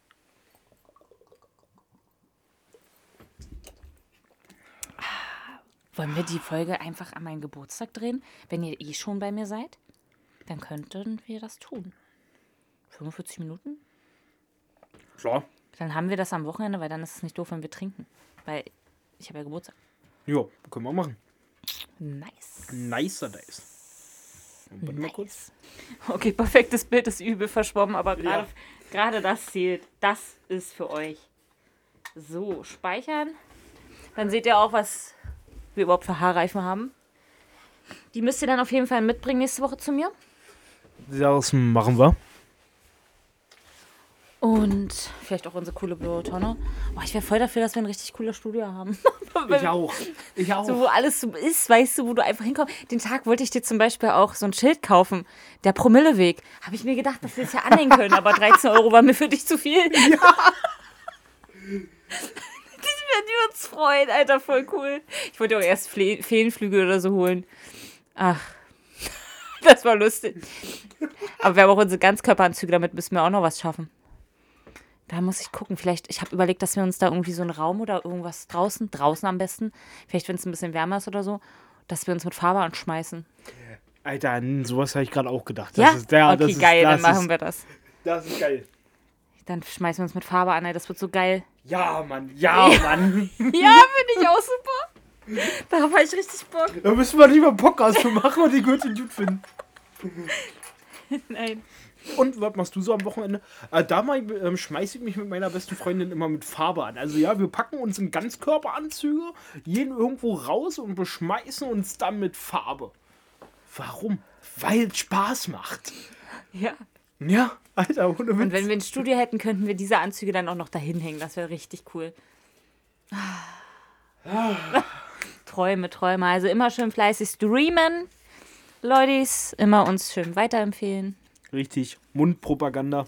Wollen wir die Folge einfach an meinen Geburtstag drehen? Wenn ihr eh schon bei mir seid, dann könnten wir das tun. fünfundvierzig Minuten? Klar. Dann haben wir das am Wochenende, weil dann ist es nicht doof, wenn wir trinken. Weil ich habe ja Geburtstag. Ja, können wir machen. Nice. Nicer Dice. Warte mal Nice. kurz. Okay, perfektes Bild ist übel verschwommen, aber gerade Ja. gerade das zählt. Das ist für euch. So, speichern. Dann seht ihr auch, was wir überhaupt für Haarreifen haben. Die müsst ihr dann auf jeden Fall mitbringen nächste Woche zu mir. Das machen wir. Und vielleicht auch unsere coole blaue Tonne. Oh, ich wäre voll dafür, dass wir ein richtig cooles Studio haben. Ich auch. Ich auch. So, wo alles so ist, weißt du, wo du einfach hinkommst. Den Tag wollte ich dir zum Beispiel auch so ein Schild kaufen. Der Promilleweg. Habe ich mir gedacht, dass wir es ja anhängen können, aber dreizehn Euro war mir für dich zu viel. Ja. Die werden die uns freuen, Alter, voll cool. Ich wollte auch erst Fle- Feenflügel oder so holen. Ach, das war lustig. Aber wir haben auch unsere Ganzkörperanzüge, damit müssen wir auch noch was schaffen. Da muss ich gucken. Vielleicht, ich habe überlegt, dass wir uns da irgendwie so einen Raum oder irgendwas draußen, draußen am besten, vielleicht wenn es ein bisschen wärmer ist oder so, dass wir uns mit Farbe anschmeißen. Alter, an sowas habe ich gerade auch gedacht. Das Ja? ist der, okay, das geil, ist, dann das machen ist, wir das. Das ist geil. Dann schmeißen wir uns mit Farbe an, ey. Das wird so geil. Ja, Mann, ja, Mann. Ja, finde ich auch super. Darauf habe ich richtig Bock. Da müssen wir lieber einen Podcast für machen und die gut und gut finden. Nein. Und was machst du so am Wochenende? Äh, da mal, ähm, schmeiße ich mich mit meiner besten Freundin immer mit Farbe an. Also ja, wir packen uns in Ganzkörperanzüge, gehen irgendwo raus und beschmeißen uns dann mit Farbe. Warum? Weil es Spaß macht. Ja. Ja, Alter, ohne Witz. Und wenn wir ein Studio hätten, könnten wir diese Anzüge dann auch noch dahin hängen. Das wäre richtig cool. Träume, Träume. Also immer schön fleißig streamen. Leutis, immer uns schön weiterempfehlen. Richtig, Mundpropaganda.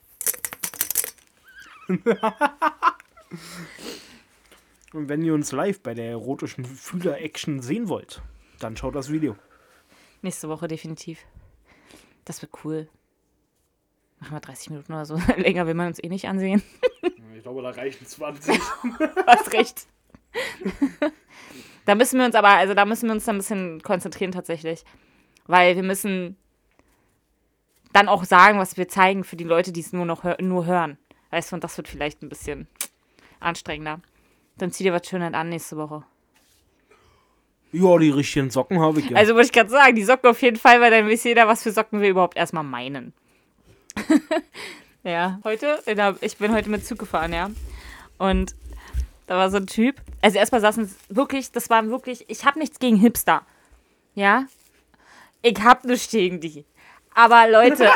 Und wenn ihr uns live bei der erotischen Fühler-Action sehen wollt, dann schaut das Video. Nächste Woche definitiv. Das wird cool. Machen wir dreißig Minuten oder so. Länger will man uns eh nicht ansehen. Ich glaube, da reichen zwanzig. Hast recht. Da müssen wir uns aber, also da müssen wir uns ein bisschen konzentrieren tatsächlich. Weil wir müssen dann auch sagen, was wir zeigen für die Leute, die es nur noch hör- nur hören. Weißt du, und das wird vielleicht ein bisschen anstrengender. Dann zieh dir was Schönes an nächste Woche. Ja, die richtigen Socken habe ich ja. Also wollte ich gerade sagen, die Socken auf jeden Fall, weil dann weiß jeder, was für Socken wir überhaupt erstmal meinen. Ja, heute, ich bin heute mit Zug gefahren, ja. Und da war so ein Typ. Also erstmal saßen wirklich, das waren wirklich, ich habe nichts gegen Hipster. Ja. Ich hab nichts gegen die. Aber Leute.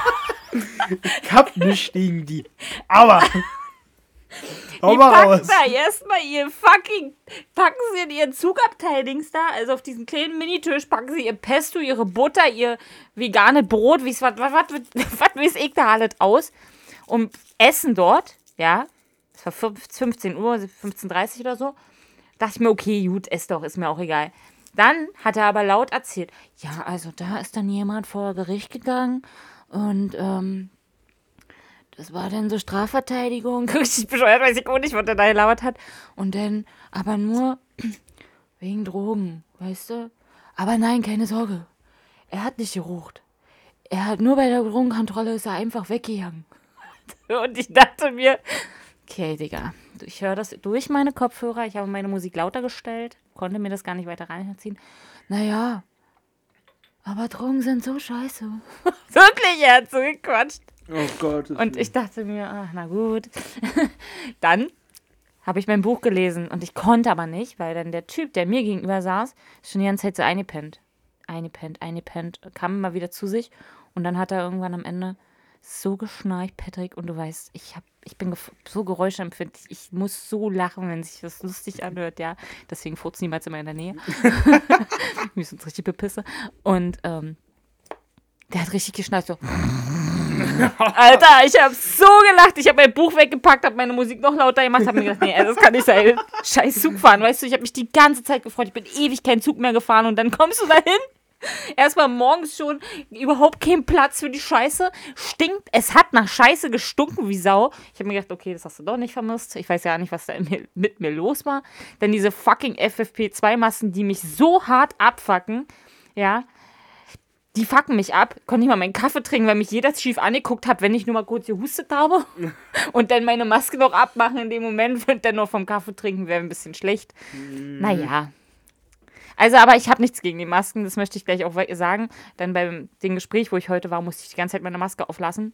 Ich hab nichts gegen die. Aber. Hau Die mal packen raus. da erstmal ihr fucking, packen sie in ihren Zugabteil-Dings da, also auf diesen kleinen Minitisch, packen sie ihr Pesto, ihre Butter, ihr vegane Brot, wie es, was, was, was, was, wie es ich da alles aus, und essen dort, ja, es war fünfzehn Uhr, fünfzehn Uhr dreißig oder so, dachte ich mir, okay, gut, ess doch, ist mir auch egal. Dann hat er aber laut erzählt, ja, also da ist dann jemand vor Gericht gegangen und, ähm, das war dann so Strafverteidigung. Richtig bescheuert, weiß ich auch nicht, was der da gelabert hat. Und dann, aber nur wegen Drogen, weißt du? Aber nein, keine Sorge. Er hat nicht gerucht. Er hat nur bei der Drogenkontrolle ist er einfach weggegangen. Und ich dachte mir, okay, Digga, ich höre das durch meine Kopfhörer. Ich habe meine Musik lauter gestellt, konnte mir das gar nicht weiter reinziehen. Naja, aber Drogen sind so scheiße. Wirklich, er hat so gequatscht. Oh Gott. Und ich dachte mir, ach, na gut. Dann habe ich mein Buch gelesen und ich konnte aber nicht, weil dann der Typ, der mir gegenüber saß, schon die ganze Zeit so eingepennt. Eingepennt, eingepennt, kam immer wieder zu sich und dann hat er irgendwann am Ende so geschnarcht, Patrick, und du weißt, ich hab, ich bin gef- so geräuschempfindlich, ich muss so lachen, wenn sich das lustig anhört, ja. Deswegen furzt niemals immer in der Nähe. Mir ist uns richtig bepisse. Und ähm, der hat richtig geschnarcht, so. Alter, ich hab so gelacht. Ich hab mein Buch weggepackt, hab meine Musik noch lauter gemacht, hab mir gedacht, nee, das kann nicht sein. Scheiß Zug fahren, weißt du, ich hab mich die ganze Zeit gefreut. Ich bin ewig keinen Zug mehr gefahren und dann kommst du dahin. Erstmal morgens schon überhaupt kein Platz für die Scheiße. Stinkt, es hat nach Scheiße gestunken wie Sau. Ich hab mir gedacht, okay, das hast du doch nicht vermisst. Ich weiß ja nicht, was da in mir, mit mir los war. Denn diese fucking F F P zwei Massen, die mich so hart abfucken, ja, die fucken mich ab. Konnte nicht mal meinen Kaffee trinken, weil mich jeder schief angeguckt hat, wenn ich nur mal kurz gehustet habe. Und dann meine Maske noch abmachen in dem Moment und dann noch vom Kaffee trinken wäre ein bisschen schlecht. Mm. Naja. Also, aber ich habe nichts gegen die Masken, das möchte ich gleich auch sagen. Dann beim dem Gespräch, wo ich heute war, musste ich die ganze Zeit meine Maske auflassen.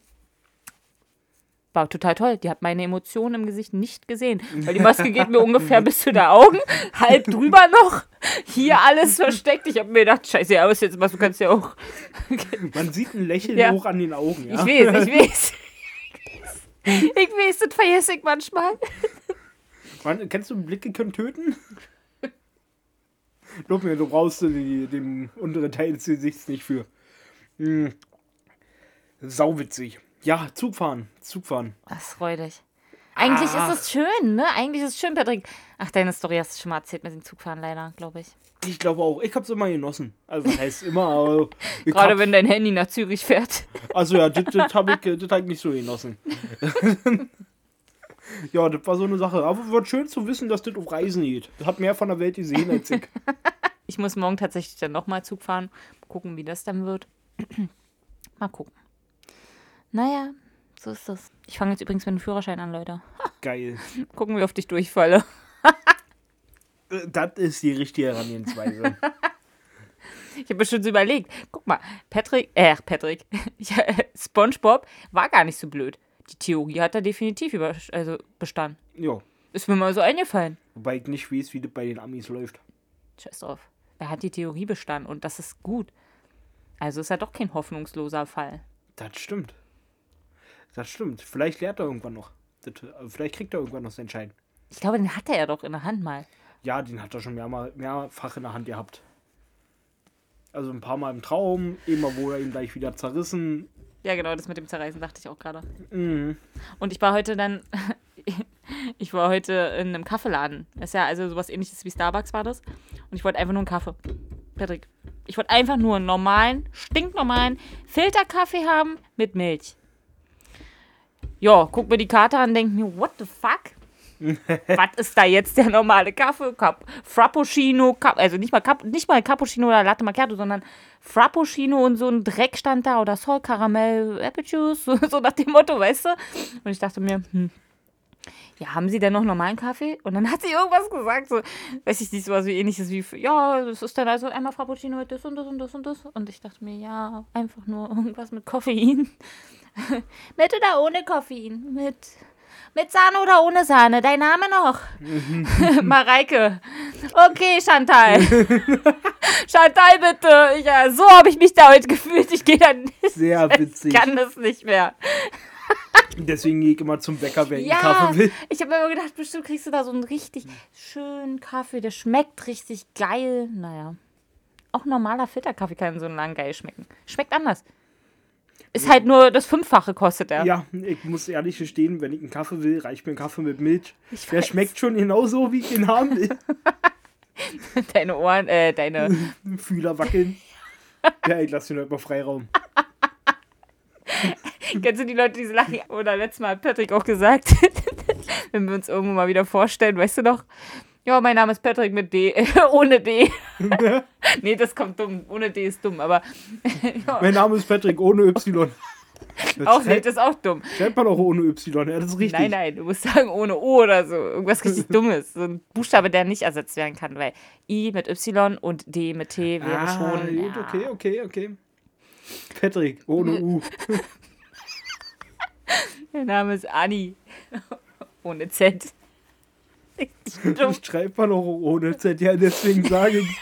War total toll. Die hat meine Emotionen im Gesicht nicht gesehen. Weil die Maske geht mir ungefähr bis zu den Augen. Halb drüber noch. Hier alles versteckt. Ich habe mir gedacht, scheiße, ja, aus jetzt was, du kannst ja auch. Man sieht ein Lächeln ja. hoch an den Augen, ja. Ich weiß, ich weiß. Ich weiß, das vergesse ich manchmal. Man, kennst du Blicke können töten? Glaub mir, du brauchst die, den unteren Teil des Gesichts nicht für. Hm. Sauwitzig. Ja, Zugfahren, Zugfahren. Das freut dich. Eigentlich ah. ist es schön, ne? Eigentlich ist es schön, Patrick. Ach, deine Story hast du schon mal erzählt mit dem Zugfahren, leider, glaube ich. Ich glaube auch. Ich hab's immer genossen. Also, das heißt immer, aber... Gerade hab, wenn dein Handy nach Zürich fährt. Also ja, das, das habe ich, das hab ich nicht so genossen. Ja, das war so eine Sache. Aber es wird schön zu wissen, dass das auf Reisen geht. Das hat mehr von der Welt gesehen als ich. Ich muss morgen tatsächlich dann nochmal Zug fahren. Gucken, wie das dann wird. Mal gucken. Naja, So ist das. Ich fange jetzt übrigens mit dem Führerschein an, Leute. Geil. Gucken, wie oft ich durchfalle. Das ist die richtige Herangehensweise. Ich habe mir schon so überlegt. Guck mal, Patrick, äh, Patrick, ja, SpongeBob war gar nicht so blöd. Die Theorie hat er definitiv über, also bestanden. Ja. Ist mir mal so eingefallen. Wobei ich nicht weiß, wie das bei den Amis läuft. Scheiß drauf. Er hat die Theorie bestanden und das ist gut. Also ist er doch kein hoffnungsloser Fall. Das stimmt. Das stimmt. Vielleicht lernt er irgendwann noch. Das, vielleicht kriegt er irgendwann noch seinen Schein. Ich glaube, den hatte er doch in der Hand mal. Ja, den hat er schon mehrmal, mehrfach in der Hand gehabt. Also ein paar Mal im Traum, immer wo er ihn gleich wieder zerrissen. Ja, genau, das mit dem Zerreißen dachte ich auch gerade. Mhm. Und ich war heute dann, ich war heute in einem Kaffeeladen. Das ist ja also sowas ähnliches wie Starbucks war das. Und ich wollte einfach nur einen Kaffee. Patrick. Ich wollte einfach nur einen normalen, stinknormalen Filterkaffee haben mit Milch. Ja, guck mir die Karte an und denk mir, what the fuck? Was ist da jetzt der normale Kaffee? Cap- Frappuccino, Cap- also nicht mal, Cap- nicht mal Cappuccino oder Latte Macchiato, sondern Frappuccino und so ein Dreck stand da oder Soul Caramel Apple Juice, so, so nach dem Motto, weißt du? Und ich dachte mir, hm, ja, haben Sie denn noch normalen Kaffee? Und dann hat sie irgendwas gesagt, so, weiß ich nicht, so was wie ähnliches wie, ja, das ist dann also einmal Frappuccino mit das und das und das und das. Und ich dachte mir, ja, einfach nur irgendwas mit Koffein. Mit oder ohne Koffein? Mit... Mit Sahne oder ohne Sahne? Dein Name noch? Mareike. Okay, Chantal. Chantal, bitte. Ja, so habe ich mich da heute gefühlt. Ich gehe dann nicht. Sehr witzig. Ich kann das nicht mehr. Deswegen gehe ich immer zum Bäcker, wenn ich Ja, einen Kaffee will. ich habe mir immer gedacht, bestimmt kriegst du da so einen richtig schönen Kaffee. Der schmeckt richtig geil. Naja. Auch normaler Filterkaffee kann so lang geil schmecken. Schmeckt anders. Ist halt nur das Fünffache kostet er. Ja, ich muss ehrlich gestehen, wenn ich einen Kaffee will, reicht mir ein Kaffee mit Milch. Ich Der weiß. schmeckt schon genauso, wie ich ihn haben will. Deine Ohren, äh, deine... Fühler wackeln. Ja, ich lasse ihn halt mal Freiraum. Kennst du die Leute, die so lachen? Oder letztes Mal hat Patrick auch gesagt, wenn wir uns irgendwo mal wieder vorstellen, weißt du noch? Ja, mein Name ist Patrick mit D, äh, ohne D. Nee, das kommt dumm. Ohne D ist dumm, aber... ja. Mein Name ist Patrick, ohne Y. Das Auch schreibt, nicht, das ist auch dumm. schreibt man auch ohne Y, ja, das ist richtig. Nein, nein, du musst sagen ohne O oder so. Irgendwas richtig Dummes. So ein Buchstabe, der nicht ersetzt werden kann, weil I mit Y und D mit T wäre Ah, schon... gut, ja. okay, okay, okay. Patrick, ohne U. Mein Name ist Anni. Ohne Z. Richtig dumm. Schreibt man auch ohne Z, ja, deswegen sage ich.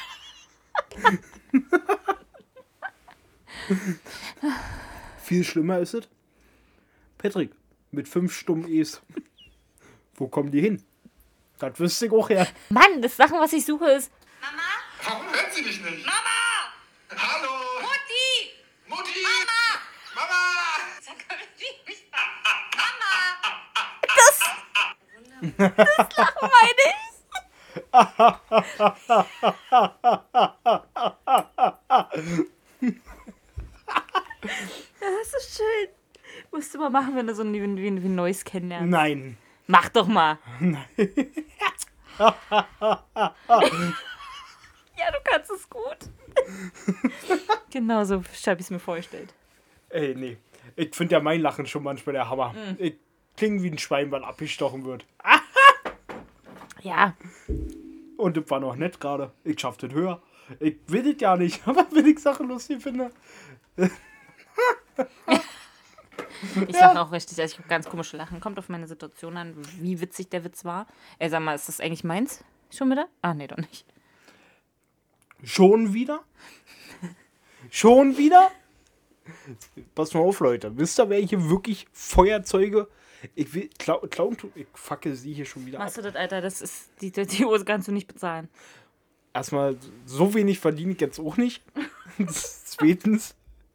Viel schlimmer ist es. Patrick, mit fünf stummen E's. Wo kommen die hin? Das wüsste ich auch ja. Mann, das Sachen, was ich suche, ist... Warum hört sie mich nicht? Mama! Hallo! Mutti! Mutti! Mama! Mama! Sag mal, wie mich... Mama! Meine ich. Das ist schön. Musst du mal machen, wenn du so ein, wie, wie, wie ein Neues kennenlernst. Nein. Mach doch mal. Ja, du kannst es gut. Genau so habe ich es mir vorgestellt. Ey, nee. Ich finde ja mein Lachen schon manchmal der Hammer. Mhm. Ich klinge wie ein Schwein, weil abgestochen wird. Ja, Und das war noch nett gerade. Ich schaff das höher. Ich will das ja nicht, aber wenn ich Sachen lustig finde. ich lache auch richtig. Also ich habe ganz komische Lachen. Kommt auf meine Situation an, wie witzig der Witz war. Ey, sag mal, ist das eigentlich meins? Schon wieder? Ah, nee, doch nicht. Schon wieder? Schon wieder? Pass mal auf, Leute. Wisst ihr, welche wirklich Feuerzeuge? Ich will klau klauen tun. Ich facke sie hier schon wieder Machst ab. du das, Alter? Das ist, die, die Hose kannst du nicht bezahlen. Erstmal, so wenig verdiene ich jetzt auch nicht. Zweitens,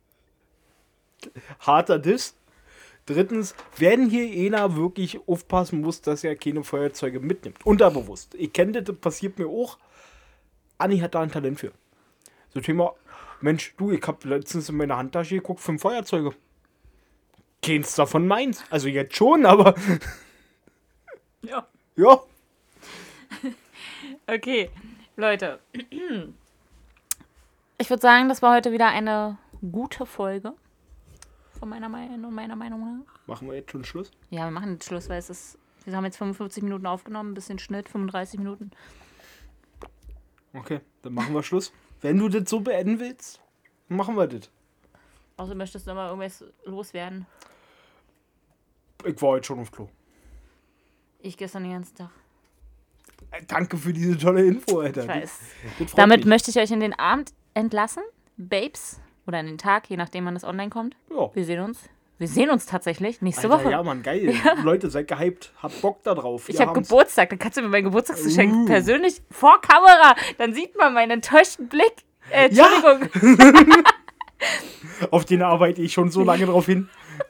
harter Diss. Drittens, wenn hier einer wirklich aufpassen muss, dass er keine Feuerzeuge mitnimmt. Unterbewusst. Ich kenne das, das passiert mir auch. Anni hat da ein Talent für. So Thema, Mensch, du, ich habe letztens in meiner Handtasche geguckt, fünf Feuerzeuge. Keins davon meins. Also jetzt schon, aber Ja. ja. Okay, Leute. Ich würde sagen, das war heute wieder eine gute Folge. von meiner Meinung, meiner Meinung nach. Machen wir jetzt schon Schluss? Ja, wir machen jetzt Schluss, weil es ist. Wir haben jetzt fünfundfünfzig Minuten aufgenommen, ein bisschen Schnitt, fünfunddreißig Minuten. Okay, dann machen wir Schluss. Wenn du das so beenden willst, machen wir das. Außer möchtest du noch mal irgendwas loswerden? Ich war heute schon auf Klo. Ich gestern den ganzen Tag. Äh, Danke für diese tolle Info, Alter. Ich weiß. Das- das freut Damit mich. möchte ich euch in den Abend entlassen, Babes. Oder in den Tag, je nachdem, wann das online kommt. Ja. Wir sehen uns. Wir sehen uns tatsächlich nächste Alter, Woche. ja, Mann, geil. Leute, seid gehypt. Habt Bock da drauf. Ich Wir habe haben's. Geburtstag, dann kannst du mir mein Geburtstagsgeschenk Uh. persönlich vor Kamera. Dann sieht man meinen enttäuschten Blick. Äh, Ja. Entschuldigung. Auf den arbeite ich schon so lange drauf hin.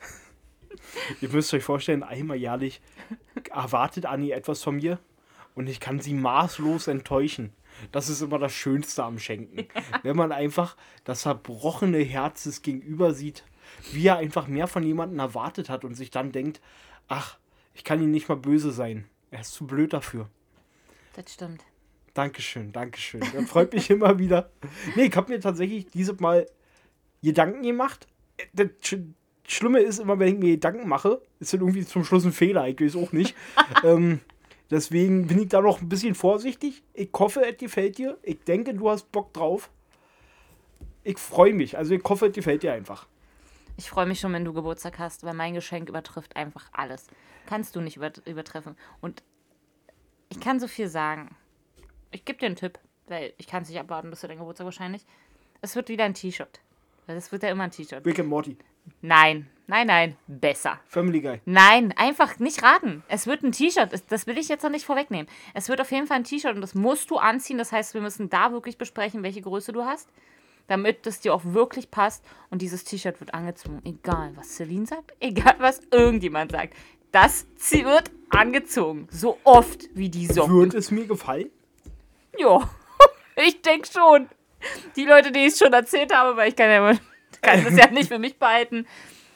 Ihr müsst euch vorstellen, einmal jährlich erwartet Anni etwas von mir und ich kann sie maßlos enttäuschen. Das ist immer das Schönste am Schenken. Wenn man einfach das zerbrochene Herz des Gegenüber sieht, wie er einfach mehr von jemandem erwartet hat und sich dann denkt, ach, ich kann ihm nicht mal böse sein. Er ist zu blöd dafür. Das stimmt. Dankeschön, Dankeschön. Das freut mich immer wieder. Nee, ich habe mir tatsächlich dieses Mal Gedanken gemacht. Das Sch Schlimme ist immer, wenn ich mir Gedanken mache, ist dann irgendwie zum Schluss ein Fehler. Ich weiß auch nicht. ähm, deswegen bin ich da noch ein bisschen vorsichtig. Ich hoffe, es gefällt dir. Ich denke, du hast Bock drauf. Ich freue mich. Also ich hoffe, es gefällt dir einfach. Ich freue mich schon, wenn du Geburtstag hast, weil mein Geschenk übertrifft einfach alles. Kannst du nicht über übertreffen. Und ich kann so viel sagen. Ich gebe dir einen Tipp, weil ich kann es nicht abwarten bis zu deinem Geburtstag wahrscheinlich. Es wird wieder ein T-Shirt. Weil es wird ja immer ein T-Shirt. Rick and Morty. Nein, nein, nein, besser. Family Guy. Nein, einfach nicht raten. Es wird ein T-Shirt. Es- Das will ich jetzt noch nicht vorwegnehmen. Es wird auf jeden Fall ein T-Shirt und das musst du anziehen. Das heißt, wir müssen da wirklich besprechen, welche Größe du hast, damit es dir auch wirklich passt. Und dieses T-Shirt wird angezogen. Egal, was Celine sagt, egal, was irgendjemand sagt. Das zie- wird angezogen. So oft wie die Socken. Wird es mir gefallen? Ja, ich denke schon. Die Leute, die ich es schon erzählt habe, weil ich kann, ja, kann das ja nicht für mich behalten.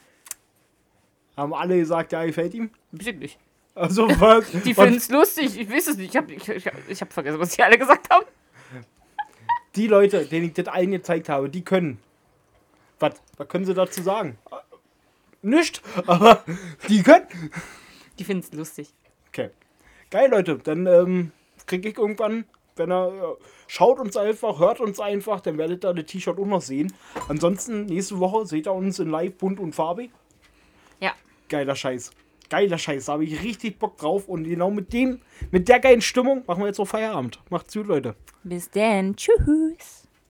Haben alle gesagt, ja, gefällt ihm? Bestimmt nicht. Also was? Die was- finden es lustig. Ich weiß es nicht. Ich habe ich, ich, ich hab vergessen, was die alle gesagt haben. Die Leute, denen ich das allen gezeigt habe, die können. Was? Was können sie dazu sagen? Nicht, aber die können. Die finden es lustig. Okay. Geil, Leute. Dann ähm, kriege ich irgendwann, wenn er. Ja, schaut uns einfach, hört uns einfach, dann werdet ihr das T-Shirt auch noch sehen. Ansonsten, nächste Woche seht ihr uns in live, bunt und farbig. Ja. Geiler Scheiß. Geiler Scheiß. Da habe ich richtig Bock drauf. Und genau mit dem, mit der geilen Stimmung machen wir jetzt auch Feierabend. Macht's gut, Leute. Bis dann. Tschüss.